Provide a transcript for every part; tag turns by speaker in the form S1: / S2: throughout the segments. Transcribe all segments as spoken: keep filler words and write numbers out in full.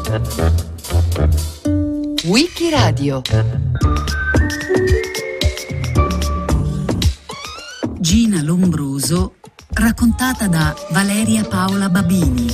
S1: Wikiradio.
S2: Gina Lombroso, raccontata da Valeria Paola Babini.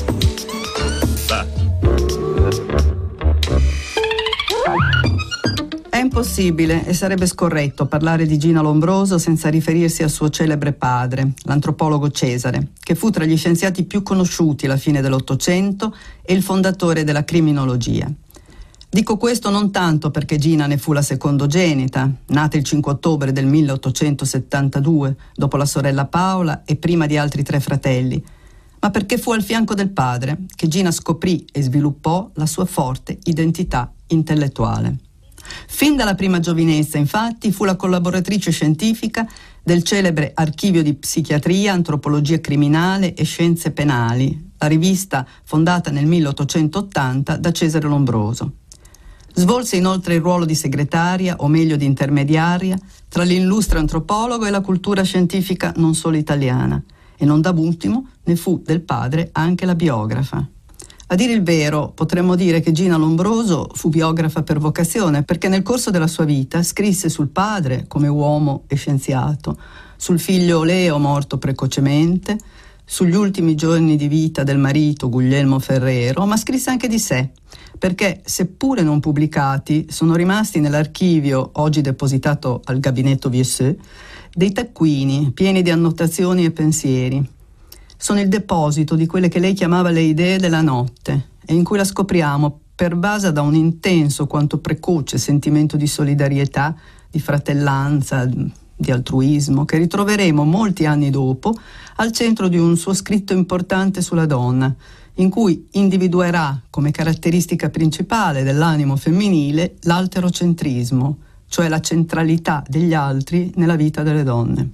S3: È impossibile e sarebbe scorretto parlare di Gina Lombroso senza riferirsi al suo celebre padre, l'antropologo Cesare, che fu tra gli scienziati più conosciuti alla fine dell'Ottocento e il fondatore della criminologia. Dico questo non tanto perché Gina ne fu la secondogenita, nata il cinque ottobre del milleottocentosettantadue, dopo la sorella Paola e prima di altri tre fratelli, ma perché fu al fianco del padre che Gina scoprì e sviluppò la sua forte identità intellettuale. Fin dalla prima giovinezza, infatti, fu la collaboratrice scientifica del celebre Archivio di Psichiatria, Antropologia Criminale e Scienze Penali, la rivista fondata nel milleottocentottanta da Cesare Lombroso. Svolse inoltre il ruolo di segretaria, o meglio di intermediaria, tra l'illustre antropologo e la cultura scientifica non solo italiana, e non da ultimo ne fu del padre anche la biografa. A dire il vero, potremmo dire che Gina Lombroso fu biografa per vocazione, perché nel corso della sua vita scrisse sul padre come uomo e scienziato, sul figlio Leo morto precocemente, sugli ultimi giorni di vita del marito Guglielmo Ferrero, ma scrisse anche di sé, perché, seppure non pubblicati, sono rimasti nell'archivio, oggi depositato al gabinetto Viesseux, dei taccuini pieni di annotazioni e pensieri. Sono il deposito di quelle che lei chiamava le idee della notte, e in cui la scopriamo pervasa da un intenso quanto precoce sentimento di solidarietà, di fratellanza, di altruismo, che ritroveremo molti anni dopo al centro di un suo scritto importante sulla donna, in cui individuerà come caratteristica principale dell'animo femminile l'alterocentrismo, cioè la centralità degli altri nella vita delle donne.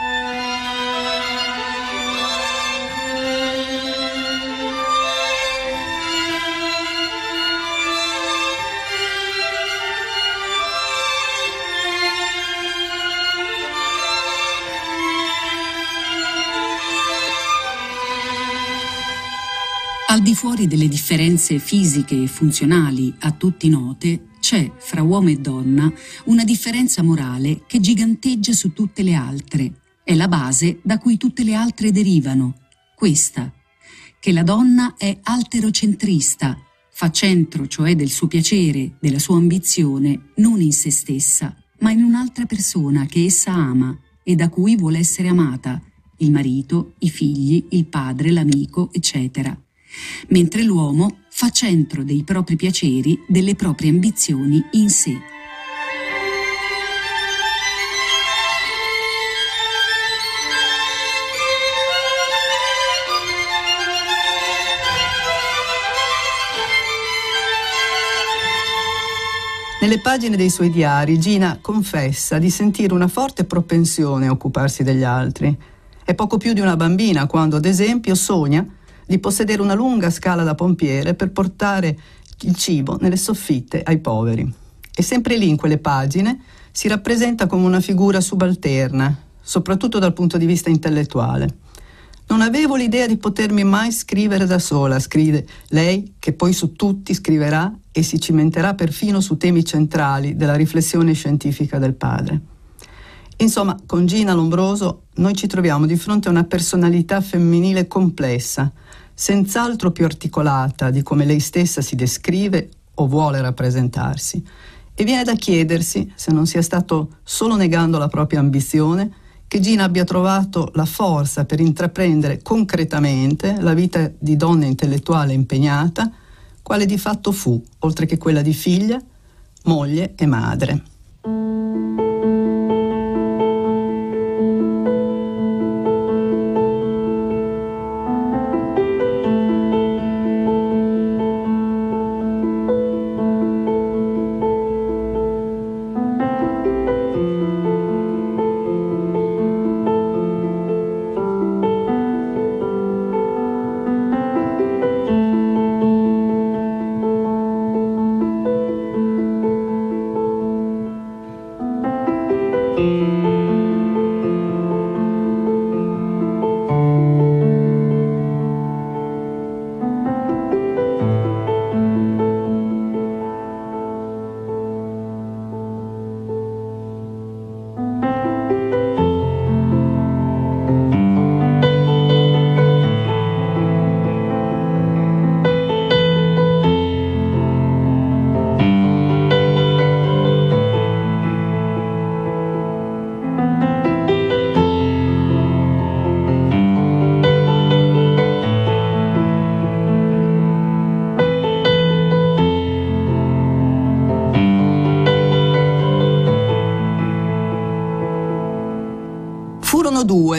S2: Al di fuori delle differenze fisiche e funzionali a tutti note, c'è fra uomo e donna una differenza morale che giganteggia su tutte le altre. È la base da cui tutte le altre derivano. Questa, che la donna è alterocentrista, fa centro cioè del suo piacere, della sua ambizione, non in se stessa, ma in un'altra persona che essa ama e da cui vuole essere amata, il marito, i figli, il padre, l'amico, eccetera. Mentre l'uomo fa centro dei propri piaceri, delle proprie ambizioni in sé.
S3: Nelle pagine dei suoi diari, Gina confessa di sentire una forte propensione a occuparsi degli altri. È poco più di una bambina quando, ad esempio, sogna di possedere una lunga scala da pompiere per portare il cibo nelle soffitte ai poveri. E sempre lì, in quelle pagine, si rappresenta come una figura subalterna, soprattutto dal punto di vista intellettuale. Non avevo l'idea di potermi mai scrivere da sola, scrive lei, che poi su tutti scriverà e si cimenterà perfino su temi centrali della riflessione scientifica del padre. Insomma, con Gina Lombroso noi ci troviamo di fronte a una personalità femminile complessa, senz'altro più articolata di come lei stessa si descrive o vuole rappresentarsi. E viene da chiedersi se non sia stato solo negando la propria ambizione che Gina abbia trovato la forza per intraprendere concretamente la vita di donna intellettuale impegnata, quale di fatto fu, oltre che quella di figlia, moglie e madre.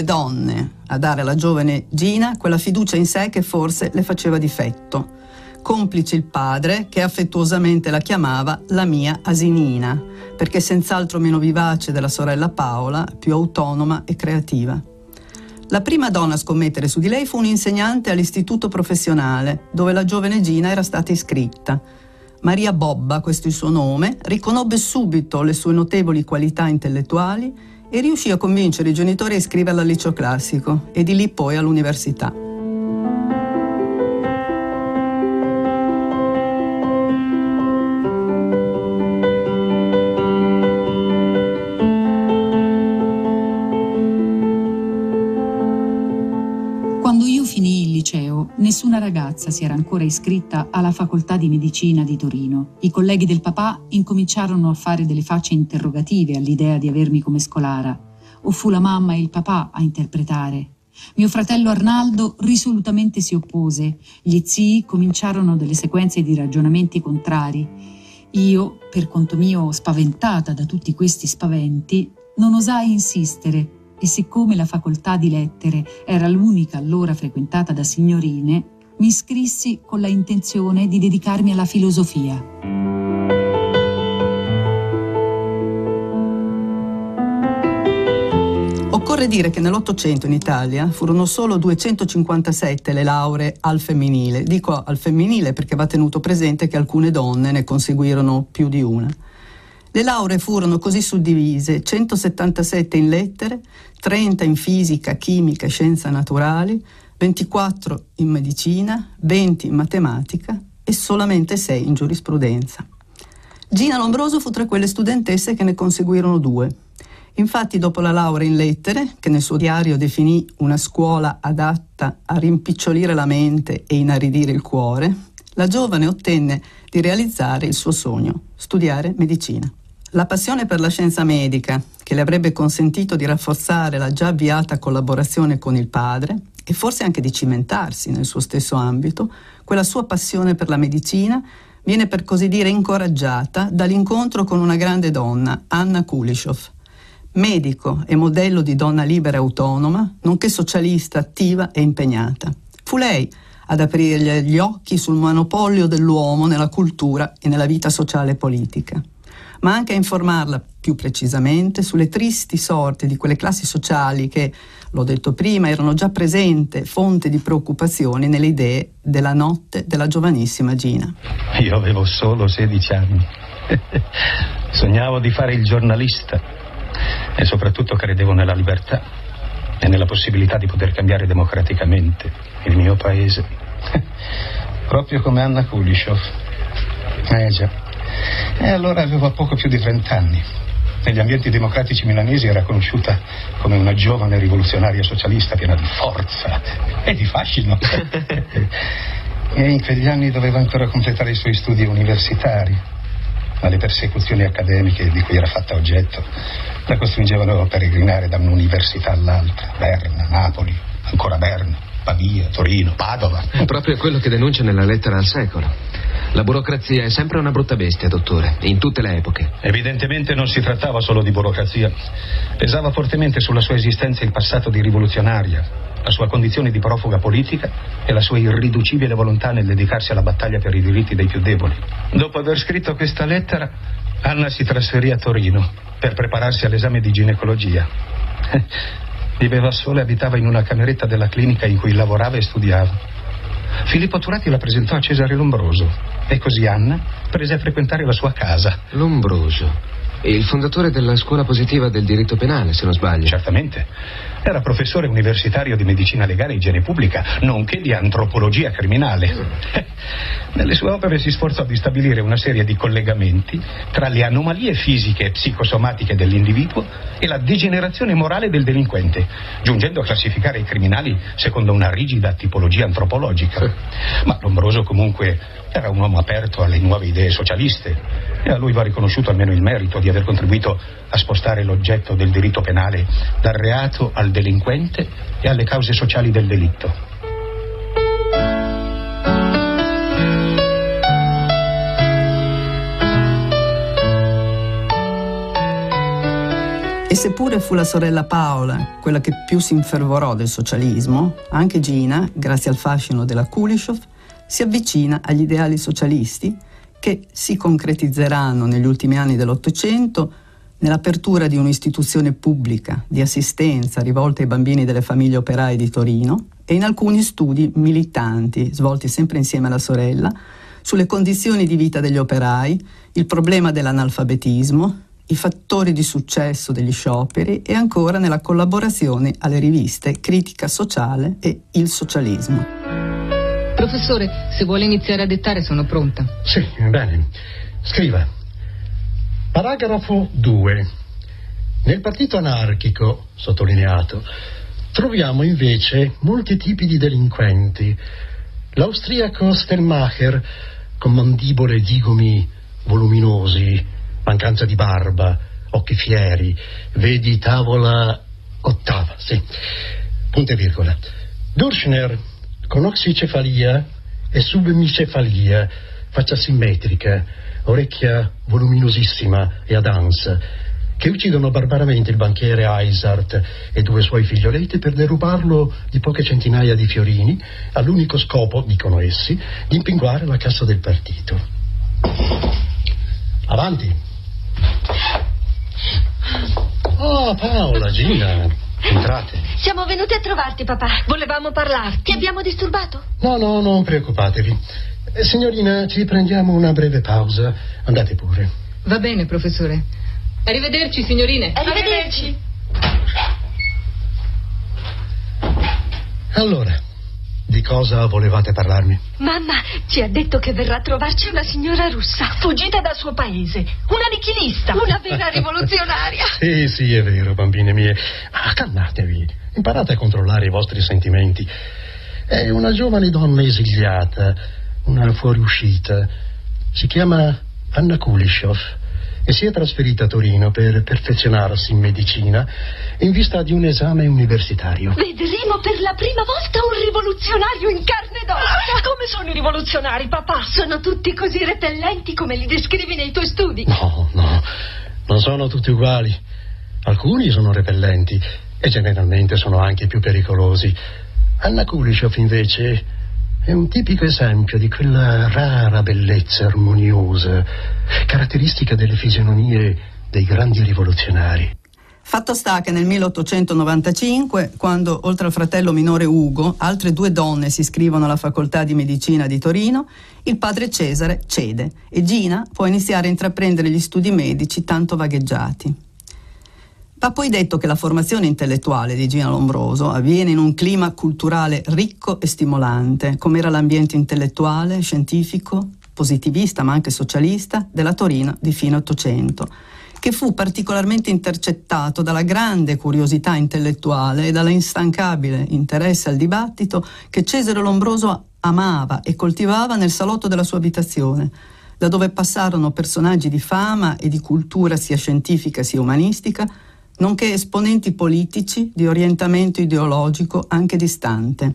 S3: donne a dare alla giovane Gina quella fiducia in sé che forse le faceva difetto. Complice il padre, che affettuosamente la chiamava la mia asinina, perché senz'altro meno vivace della sorella Paola, più autonoma e creativa. La prima donna a scommettere su di lei fu un'insegnante all'istituto professionale, dove la giovane Gina era stata iscritta. Maria Bobba, questo è il suo nome, riconobbe subito le sue notevoli qualità intellettuali e riuscì a convincere i genitori a iscriverla al liceo classico e di lì poi all'università.
S2: Nessuna ragazza si era ancora iscritta alla facoltà di medicina di Torino. I colleghi del papà incominciarono a fare delle facce interrogative all'idea di avermi come scolara. O fu la mamma e il papà a interpretare. Mio fratello Arnaldo risolutamente si oppose. Gli zii cominciarono delle sequenze di ragionamenti contrari. Io, per conto mio spaventata da tutti questi spaventi, non osai insistere. E siccome la facoltà di lettere era l'unica allora frequentata da signorine, mi iscrissi con la intenzione di dedicarmi alla filosofia.
S3: Occorre dire che nell'Ottocento in Italia furono solo duecentocinquantasette le lauree al femminile. Dico al femminile perché va tenuto presente che alcune donne ne conseguirono più di una. Le lauree furono così suddivise: centosettantasette in lettere, trenta in fisica, chimica e scienze naturali, ventiquattro in medicina, venti in matematica e solamente sei in giurisprudenza. Gina Lombroso fu tra quelle studentesse che ne conseguirono due. Infatti, dopo la laurea in lettere, che nel suo diario definì una scuola adatta a rimpicciolire la mente e inaridire il cuore, la giovane ottenne di realizzare il suo sogno: studiare medicina. La passione per la scienza medica, che le avrebbe consentito di rafforzare la già avviata collaborazione con il padre e forse anche di cimentarsi nel suo stesso ambito, quella sua passione per la medicina viene per così dire incoraggiata dall'incontro con una grande donna, Anna Kulishov, medico e modello di donna libera e autonoma, nonché socialista attiva e impegnata. Fu lei ad aprire gli occhi sul monopolio dell'uomo nella cultura e nella vita sociale e politica, ma anche a informarla più precisamente sulle tristi sorti di quelle classi sociali che, l'ho detto prima, erano già presente fonte di preoccupazioni nelle idee della notte della giovanissima Gina.
S1: Io avevo solo sedici anni. Sognavo di fare il giornalista e soprattutto credevo nella libertà e nella possibilità di poter cambiare democraticamente il mio paese. Proprio come Anna Kulishov. Eh già. E allora avevo poco più di trent'anni. Negli ambienti democratici milanesi era conosciuta come una giovane rivoluzionaria socialista piena di forza e di fascino. E in quegli anni doveva ancora completare i suoi studi universitari, ma le persecuzioni accademiche di cui era fatta oggetto la costringevano a peregrinare da un'università all'altra: Berna, Napoli, ancora Berna, Pavia, Torino, Padova.
S4: È proprio quello che denuncia nella lettera al secolo. La burocrazia è sempre una brutta bestia, dottore, in tutte le epoche.
S1: Evidentemente non si trattava solo di burocrazia. Pesava fortemente sulla sua esistenza il passato di rivoluzionaria, la sua condizione di profuga politica e la sua irriducibile volontà nel dedicarsi alla battaglia per i diritti dei più deboli. Dopo aver scritto questa lettera, Anna si trasferì a Torino per prepararsi all'esame di ginecologia. Viveva sola e abitava in una cameretta della clinica in cui lavorava e studiava. Filippo Turati la presentò a Cesare Lombroso e così Anna prese a frequentare la sua casa.
S4: Lombroso, il fondatore della scuola positiva del diritto penale, se non sbaglio.
S1: Certamente. Era professore universitario di medicina legale e igiene pubblica, nonché di antropologia criminale. Nelle sue opere si sforzò di stabilire una serie di collegamenti tra le anomalie fisiche e psicosomatiche dell'individuo e la degenerazione morale del delinquente, giungendo a classificare i criminali secondo una rigida tipologia antropologica. Ma Lombroso comunque era un uomo aperto alle nuove idee socialiste e a lui va riconosciuto almeno il merito di aver contribuito a spostare l'oggetto del diritto penale dal reato al delinquente e alle cause sociali del delitto.
S3: E seppure fu la sorella Paola quella che più si infervorò del socialismo, anche Gina, grazie al fascino della Kuleshov, si avvicina agli ideali socialisti che si concretizzeranno negli ultimi anni dell'Ottocento nell'apertura di un'istituzione pubblica di assistenza rivolta ai bambini delle famiglie operaie di Torino e in alcuni studi militanti, svolti sempre insieme alla sorella, sulle condizioni di vita degli operai, il problema dell'analfabetismo, i fattori di successo degli scioperi e ancora nella collaborazione alle riviste Critica Sociale e Il Socialismo.
S5: Professore, se vuole iniziare a dettare sono pronta.
S6: Sì, bene. Scriva. Paragrafo due. Nel partito anarchico, sottolineato, troviamo invece molti tipi di delinquenti. L'austriaco Stellmacher, con mandibole e digomi voluminosi, mancanza di barba, occhi fieri, vedi tavola ottava, sì, punto e virgola. Durschner, con oxicefalia e submicefalia, faccia simmetrica, orecchia voluminosissima e ad ansa, che uccidono barbaramente il banchiere Eisart e due suoi figlioletti per derubarlo di poche centinaia di fiorini, all'unico scopo, dicono essi, di impinguare la cassa del partito. Avanti. Oh, Paola, Gina, entrate.
S7: Siamo venuti a trovarti, papà.
S5: Volevamo parlarti.
S7: Ti abbiamo disturbato?
S6: No, no, non preoccupatevi. Eh, signorina, ci prendiamo una breve pausa. Andate pure.
S5: Va bene, professore. Arrivederci, signorine.
S7: Arrivederci.
S6: Allora, di cosa volevate parlarmi?
S7: Mamma ci ha detto che verrà a trovarci una signora russa, fuggita dal suo paese, una nichilista, una vera rivoluzionaria.
S6: Sì, sì, è vero, bambine mie. Ma calmatevi, imparate a controllare i vostri sentimenti. È una giovane donna esiliata, una fuoriuscita. Si chiama Anna Kuleshov e si è trasferita a Torino per perfezionarsi in medicina in vista di un esame universitario.
S7: Vedremo per la prima volta un rivoluzionario in carne ed ossa. Come sono i rivoluzionari, papà? Sono tutti così repellenti come li descrivi nei tuoi studi?
S6: No, no, non sono tutti uguali. Alcuni sono repellenti e generalmente sono anche più pericolosi. Anna Kuleshov invece è un tipico esempio di quella rara bellezza armoniosa, caratteristica delle fisionomie dei grandi rivoluzionari.
S3: Fatto sta che nel milleottocentonovantacinque, quando oltre al fratello minore Ugo, altre due donne si iscrivono alla facoltà di medicina di Torino, il padre Cesare cede e Gina può iniziare a intraprendere gli studi medici tanto vagheggiati. Va poi detto che la formazione intellettuale di Gina Lombroso avviene in un clima culturale ricco e stimolante, come era l'ambiente intellettuale, scientifico, positivista ma anche socialista della Torino di fine Ottocento, che fu particolarmente intercettato dalla grande curiosità intellettuale e dall'instancabile interesse al dibattito che Cesare Lombroso amava e coltivava nel salotto della sua abitazione, da dove passarono personaggi di fama e di cultura sia scientifica sia umanistica, nonché esponenti politici di orientamento ideologico anche distante.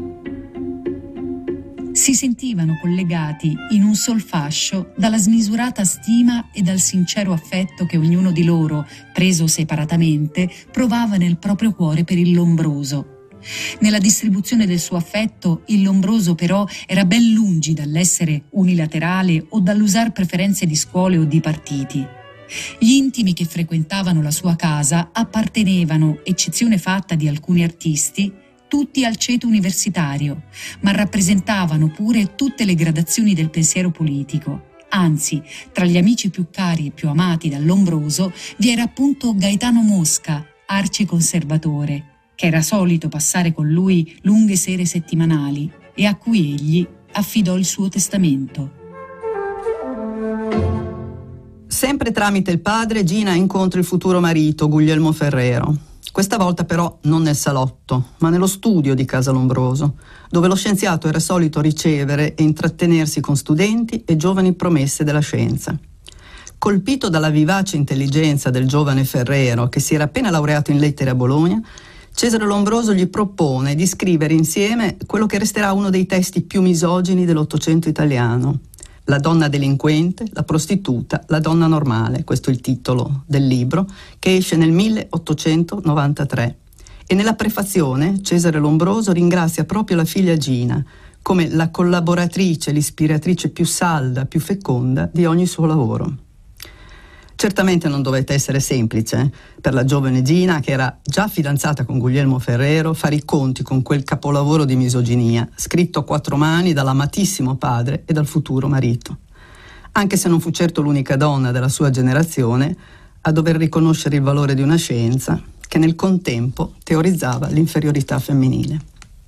S2: Si sentivano collegati in un sol fascio dalla smisurata stima e dal sincero affetto che ognuno di loro, preso separatamente, provava nel proprio cuore per il Lombroso. Nella distribuzione del suo affetto, il Lombroso però era ben lungi dall'essere unilaterale o dall'usare preferenze di scuole o di partiti. Gli intimi che frequentavano la sua casa appartenevano, eccezione fatta di alcuni artisti, tutti al ceto universitario, ma rappresentavano pure tutte le gradazioni del pensiero politico. Anzi, tra gli amici più cari e più amati dal Lombroso vi era appunto Gaetano Mosca, arciconservatore, che era solito passare con lui lunghe sere settimanali e a cui egli affidò il suo testamento.
S3: Sempre tramite il padre, Gina incontra il futuro marito, Guglielmo Ferrero. Questa volta però non nel salotto, ma nello studio di Casa Lombroso, dove lo scienziato era solito ricevere e intrattenersi con studenti e giovani promesse della scienza. Colpito dalla vivace intelligenza del giovane Ferrero, che si era appena laureato in lettere a Bologna, Cesare Lombroso gli propone di scrivere insieme quello che resterà uno dei testi più misogini dell'Ottocento italiano, La donna delinquente, la prostituta, la donna normale, questo è il titolo del libro, che esce nel milleottocentonovantatré. E nella prefazione Cesare Lombroso ringrazia proprio la figlia Gina come la collaboratrice, l'ispiratrice più salda, più feconda di ogni suo lavoro. Certamente non dovette essere semplice per la giovane Gina, che era già fidanzata con Guglielmo Ferrero, fare i conti con quel capolavoro di misoginia, scritto a quattro mani dall'amatissimo padre e dal futuro marito. Anche se non fu certo l'unica donna della sua generazione a dover riconoscere il valore di una scienza che nel contempo teorizzava l'inferiorità femminile.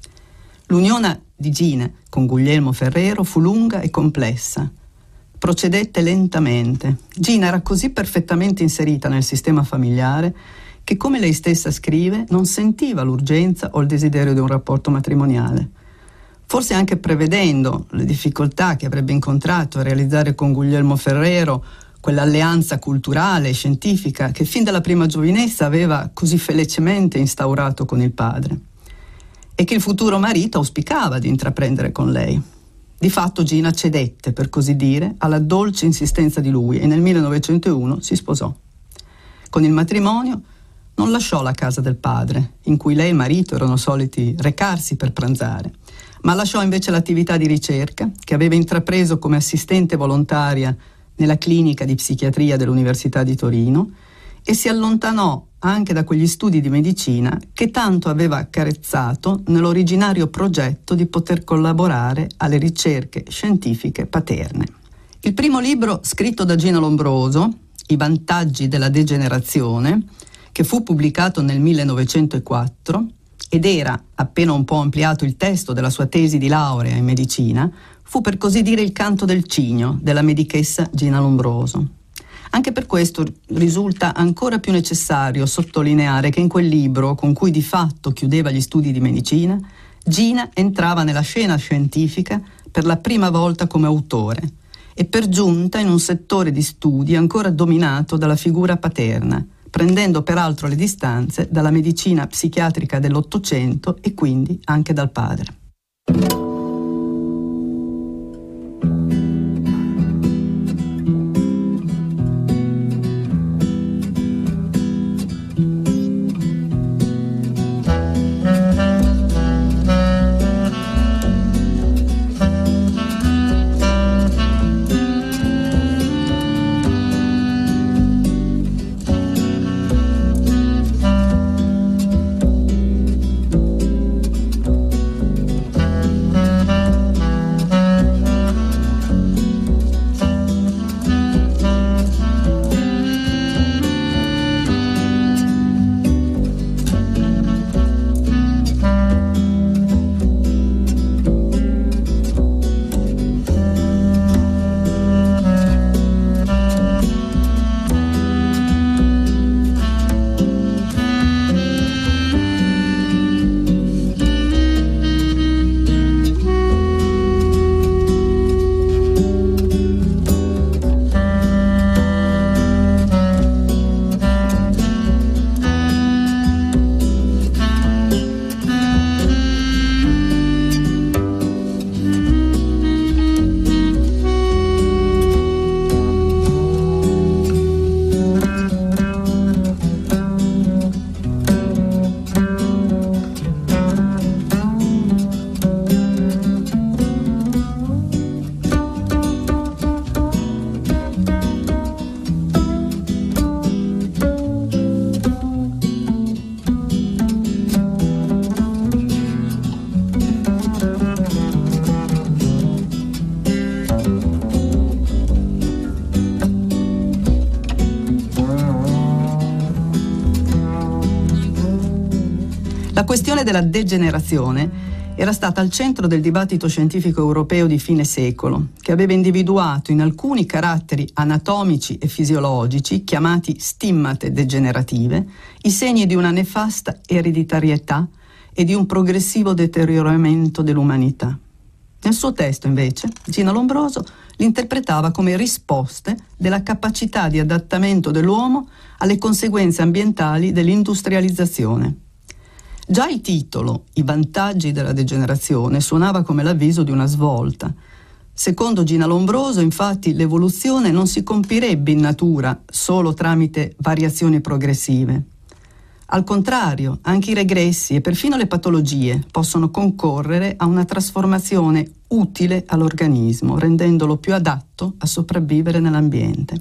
S3: L'unione di Gina con Guglielmo Ferrero fu lunga e complessa. Procedette lentamente. Gina era così perfettamente inserita nel sistema familiare che, come lei stessa scrive, non sentiva l'urgenza o il desiderio di un rapporto matrimoniale. Forse anche prevedendo le difficoltà che avrebbe incontrato a realizzare con Guglielmo Ferrero quell'alleanza culturale e scientifica che fin dalla prima giovinezza aveva così felicemente instaurato con il padre e che il futuro marito auspicava di intraprendere con lei. Di fatto Gina cedette, per così dire, alla dolce insistenza di lui e nel millenovecentouno si sposò. Con il matrimonio non lasciò la casa del padre, in cui lei e il marito erano soliti recarsi per pranzare, ma lasciò invece l'attività di ricerca che aveva intrapreso come assistente volontaria nella clinica di psichiatria dell'Università di Torino e si allontanò anche da quegli studi di medicina che tanto aveva accarezzato nell'originario progetto di poter collaborare alle ricerche scientifiche paterne. Il primo libro scritto da Gina Lombroso, I vantaggi della degenerazione, che fu pubblicato nel millenovecentoquattro ed era, appena un po' ampliato il testo della sua tesi di laurea in medicina, fu per così dire il canto del cigno della medichessa Gina Lombroso. Anche per questo risulta ancora più necessario sottolineare che in quel libro, con cui di fatto chiudeva gli studi di medicina, Gina entrava nella scena scientifica per la prima volta come autore e per giunta in un settore di studi ancora dominato dalla figura paterna, prendendo peraltro le distanze dalla medicina psichiatrica dell'Ottocento e quindi anche dal padre. La questione della degenerazione era stata al centro del dibattito scientifico europeo di fine secolo, che aveva individuato in alcuni caratteri anatomici e fisiologici, chiamati stimmate degenerative, i segni di una nefasta ereditarietà e di un progressivo deterioramento dell'umanità. Nel suo testo, invece, Gina Lombroso l'interpretava come risposte della capacità di adattamento dell'uomo alle conseguenze ambientali dell'industrializzazione. Già il titolo, I vantaggi della degenerazione, suonava come l'avviso di una svolta. Secondo Gina Lombroso, infatti, l'evoluzione non si compirebbe in natura solo tramite variazioni progressive. Al contrario, anche i regressi e perfino le patologie possono concorrere a una trasformazione utile all'organismo, rendendolo più adatto a sopravvivere nell'ambiente.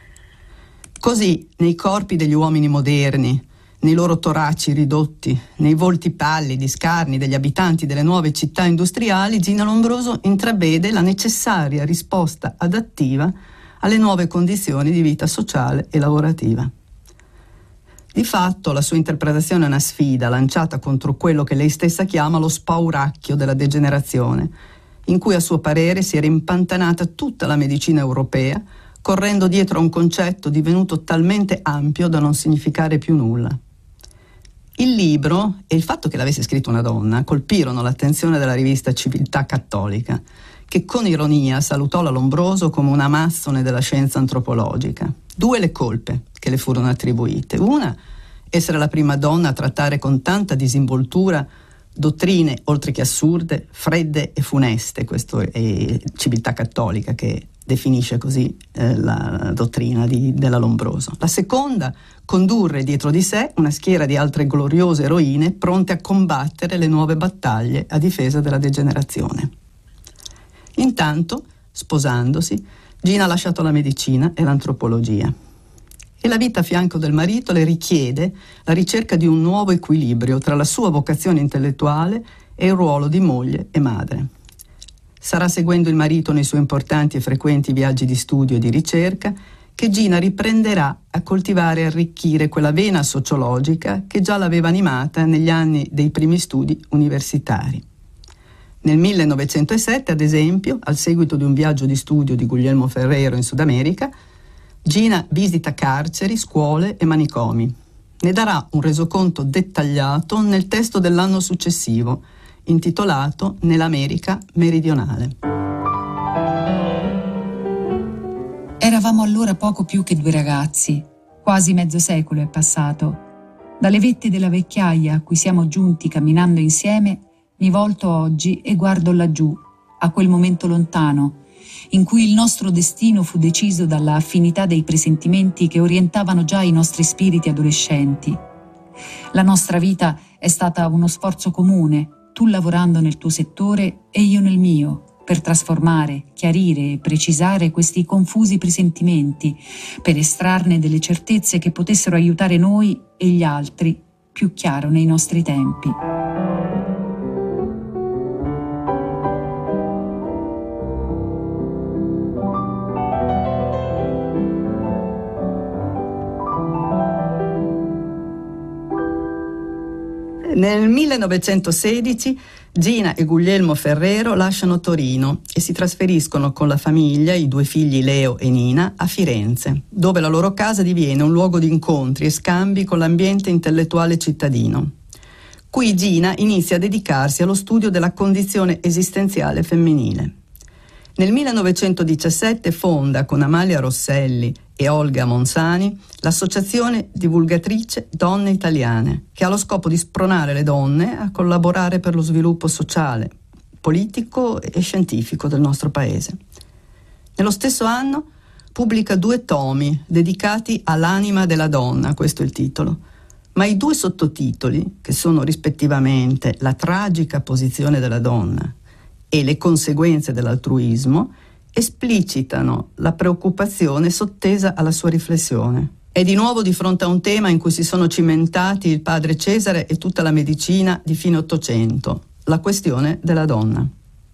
S3: Così, nei corpi degli uomini moderni, nei loro toraci ridotti, nei volti pallidi, scarni degli abitanti delle nuove città industriali, Gina Lombroso intravede la necessaria risposta adattiva alle nuove condizioni di vita sociale e lavorativa. Di fatto, la sua interpretazione è una sfida lanciata contro quello che lei stessa chiama lo spauracchio della degenerazione, in cui a suo parere si era impantanata tutta la medicina europea, correndo dietro a un concetto divenuto talmente ampio da non significare più nulla. Il libro e il fatto che l'avesse scritto una donna colpirono l'attenzione della rivista Civiltà Cattolica, che con ironia salutò la Lombroso come una amazzone della scienza antropologica. Due le colpe che le furono attribuite. Una, essere la prima donna a trattare con tanta disinvoltura dottrine, oltre che assurde, fredde e funeste. Questo è Civiltà Cattolica che definisce così eh, la dottrina di, della Lombroso. La seconda, condurre dietro di sé una schiera di altre gloriose eroine pronte a combattere le nuove battaglie a difesa della degenerazione. Intanto, sposandosi, Gina ha lasciato la medicina e l'antropologia e la vita a fianco del marito le richiede la ricerca di un nuovo equilibrio tra la sua vocazione intellettuale e il ruolo di moglie e madre. Sarà seguendo il marito nei suoi importanti e frequenti viaggi di studio e di ricerca che Gina riprenderà a coltivare e arricchire quella vena sociologica che già l'aveva animata negli anni dei primi studi universitari. Nel millenovecentosette, ad esempio, al seguito di un viaggio di studio di Guglielmo Ferrero in Sud America, Gina visita carceri, scuole e manicomi. Ne darà un resoconto dettagliato nel testo dell'anno successivo, intitolato Nell'America meridionale.
S2: Eravamo allora poco più che due ragazzi. Quasi mezzo secolo è passato. Dalle vette della vecchiaia a cui siamo giunti camminando insieme, mi volto oggi e guardo laggiù, a quel momento lontano, in cui il nostro destino fu deciso dalla affinità dei presentimenti che orientavano già i nostri spiriti adolescenti. La nostra vita è stata uno sforzo comune, tu lavorando nel tuo settore e io nel mio, per trasformare, chiarire e precisare questi confusi presentimenti, per estrarne delle certezze che potessero aiutare noi e gli altri più chiaro nei nostri tempi.
S3: Nel millenovecentosedici Gina e Guglielmo Ferrero lasciano Torino e si trasferiscono con la famiglia, i due figli Leo e Nina, a Firenze, dove la loro casa diviene un luogo di incontri e scambi con l'ambiente intellettuale cittadino. Qui Gina inizia a dedicarsi allo studio della condizione esistenziale femminile. Nel millenovecentodiciassette fonda con Amalia Rosselli e Olga Monsani l'associazione divulgatrice Donne Italiane, che ha lo scopo di spronare le donne a collaborare per lo sviluppo sociale, politico e scientifico del nostro paese. Nello stesso anno pubblica due tomi dedicati all'anima della donna, questo è il titolo, ma i due sottotitoli, che sono rispettivamente La tragica posizione della donna e Le conseguenze dell'altruismo, esplicitano la preoccupazione sottesa alla sua riflessione. È di nuovo di fronte a un tema in cui si sono cimentati il padre Cesare e tutta la medicina di fine Ottocento, la questione della donna.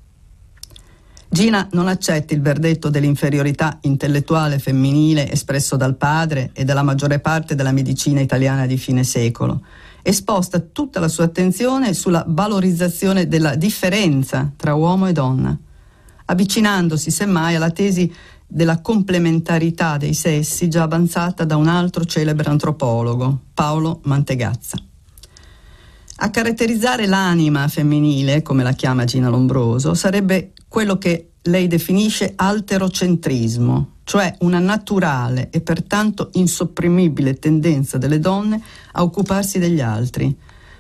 S3: Gina non accetta il verdetto dell'inferiorità intellettuale femminile espresso dal padre e dalla maggiore parte della medicina italiana di fine secolo e sposta tutta la sua attenzione sulla valorizzazione della differenza tra uomo e donna, avvicinandosi semmai alla tesi della complementarità dei sessi già avanzata da un altro celebre antropologo, Paolo Mantegazza. A caratterizzare l'anima femminile, come la chiama Gina Lombroso, sarebbe quello che lei definisce alterocentrismo, cioè una naturale e pertanto insopprimibile tendenza delle donne a occuparsi degli altri,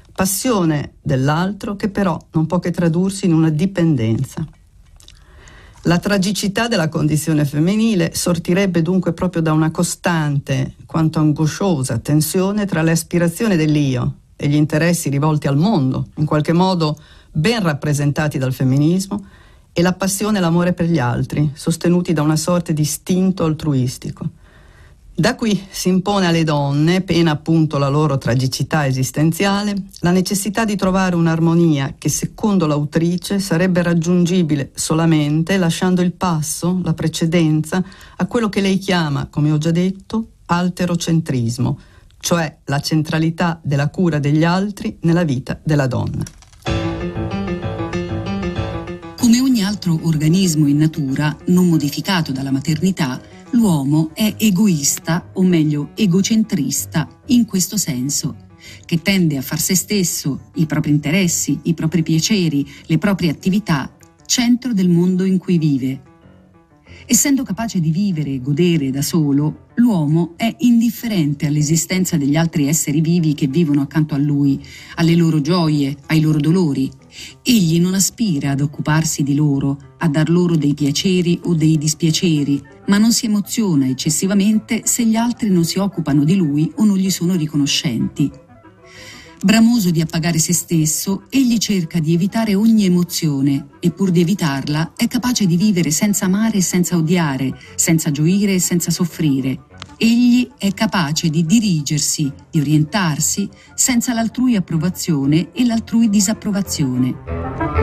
S3: passione dell'altro che però non può che tradursi in una dipendenza. La tragicità della condizione femminile sortirebbe dunque proprio da una costante quanto angosciosa tensione tra le aspirazioni dell'io e gli interessi rivolti al mondo, in qualche modo ben rappresentati dal femminismo, e la passione e l'amore per gli altri, sostenuti da una sorta di istinto altruistico. Da qui si impone alle donne, pena appunto la loro tragicità esistenziale, la necessità di trovare un'armonia che, secondo l'autrice, sarebbe raggiungibile solamente lasciando il passo, la precedenza, a quello che lei chiama, come ho già detto, alterocentrismo, cioè la centralità della cura degli altri nella vita della donna.
S2: Come ogni altro organismo in natura, non modificato dalla maternità, l'uomo è egoista, o meglio egocentrista, in questo senso, che tende a far se stesso, i propri interessi, i propri piaceri, le proprie attività, centro del mondo in cui vive. Essendo capace di vivere e godere da solo, l'uomo è indifferente all'esistenza degli altri esseri vivi che vivono accanto a lui, alle loro gioie, ai loro dolori. Egli non aspira ad occuparsi di loro, a dar loro dei piaceri o dei dispiaceri, ma non si emoziona eccessivamente se gli altri non si occupano di lui o non gli sono riconoscenti. Bramoso di appagare se stesso, egli cerca di evitare ogni emozione e pur di evitarla è capace di vivere senza amare e senza odiare, senza gioire e senza soffrire. Egli è capace di dirigersi, di orientarsi senza l'altrui approvazione e l'altrui disapprovazione.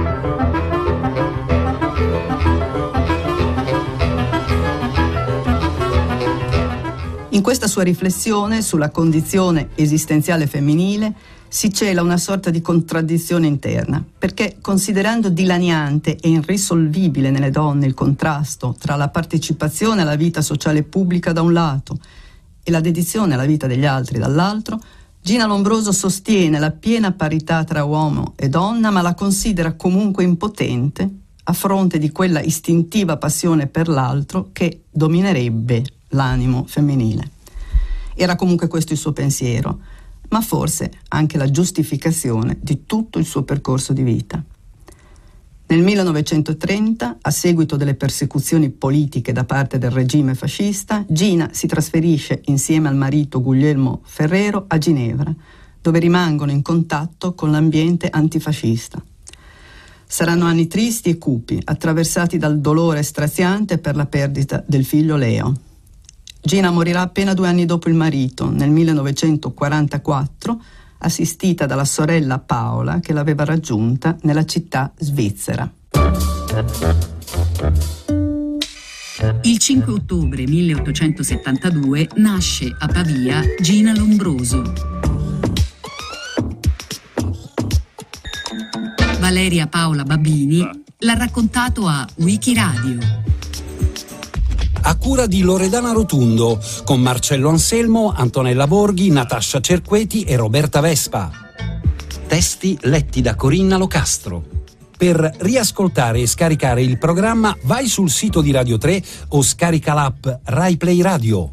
S3: In questa sua riflessione sulla condizione esistenziale femminile si cela una sorta di contraddizione interna, perché considerando dilaniante e irrisolvibile nelle donne il contrasto tra la partecipazione alla vita sociale pubblica da un lato e la dedizione alla vita degli altri dall'altro, Gina Lombroso sostiene la piena parità tra uomo e donna, ma la considera comunque impotente a fronte di quella istintiva passione per l'altro che dominerebbe l'animo femminile. Era comunque questo il suo pensiero, ma forse anche la giustificazione di tutto il suo percorso di vita. Nel millenovecentotrenta, a seguito delle persecuzioni politiche da parte del regime fascista, Gina si trasferisce insieme al marito Guglielmo Ferrero a Ginevra, dove rimangono in contatto con l'ambiente antifascista. Saranno anni tristi e cupi, attraversati dal dolore straziante per la perdita del figlio Leo. Gina morirà appena due anni dopo il marito, nel millenovecentoquarantaquattro, assistita dalla sorella Paola che l'aveva raggiunta nella città svizzera.
S2: Il cinque ottobre milleottocentosettantadue nasce a Pavia Gina Lombroso. Valeria Paola Babini l'ha raccontato a Wikiradio.
S8: A cura di Loredana Rotundo, con Marcello Anselmo, Antonella Borghi, Natascia Cerqueti e Roberta Vespa. Testi letti da Corinna Locastro. Per riascoltare e scaricare il programma vai sul sito di Radio tre o scarica l'app Rai Play Radio.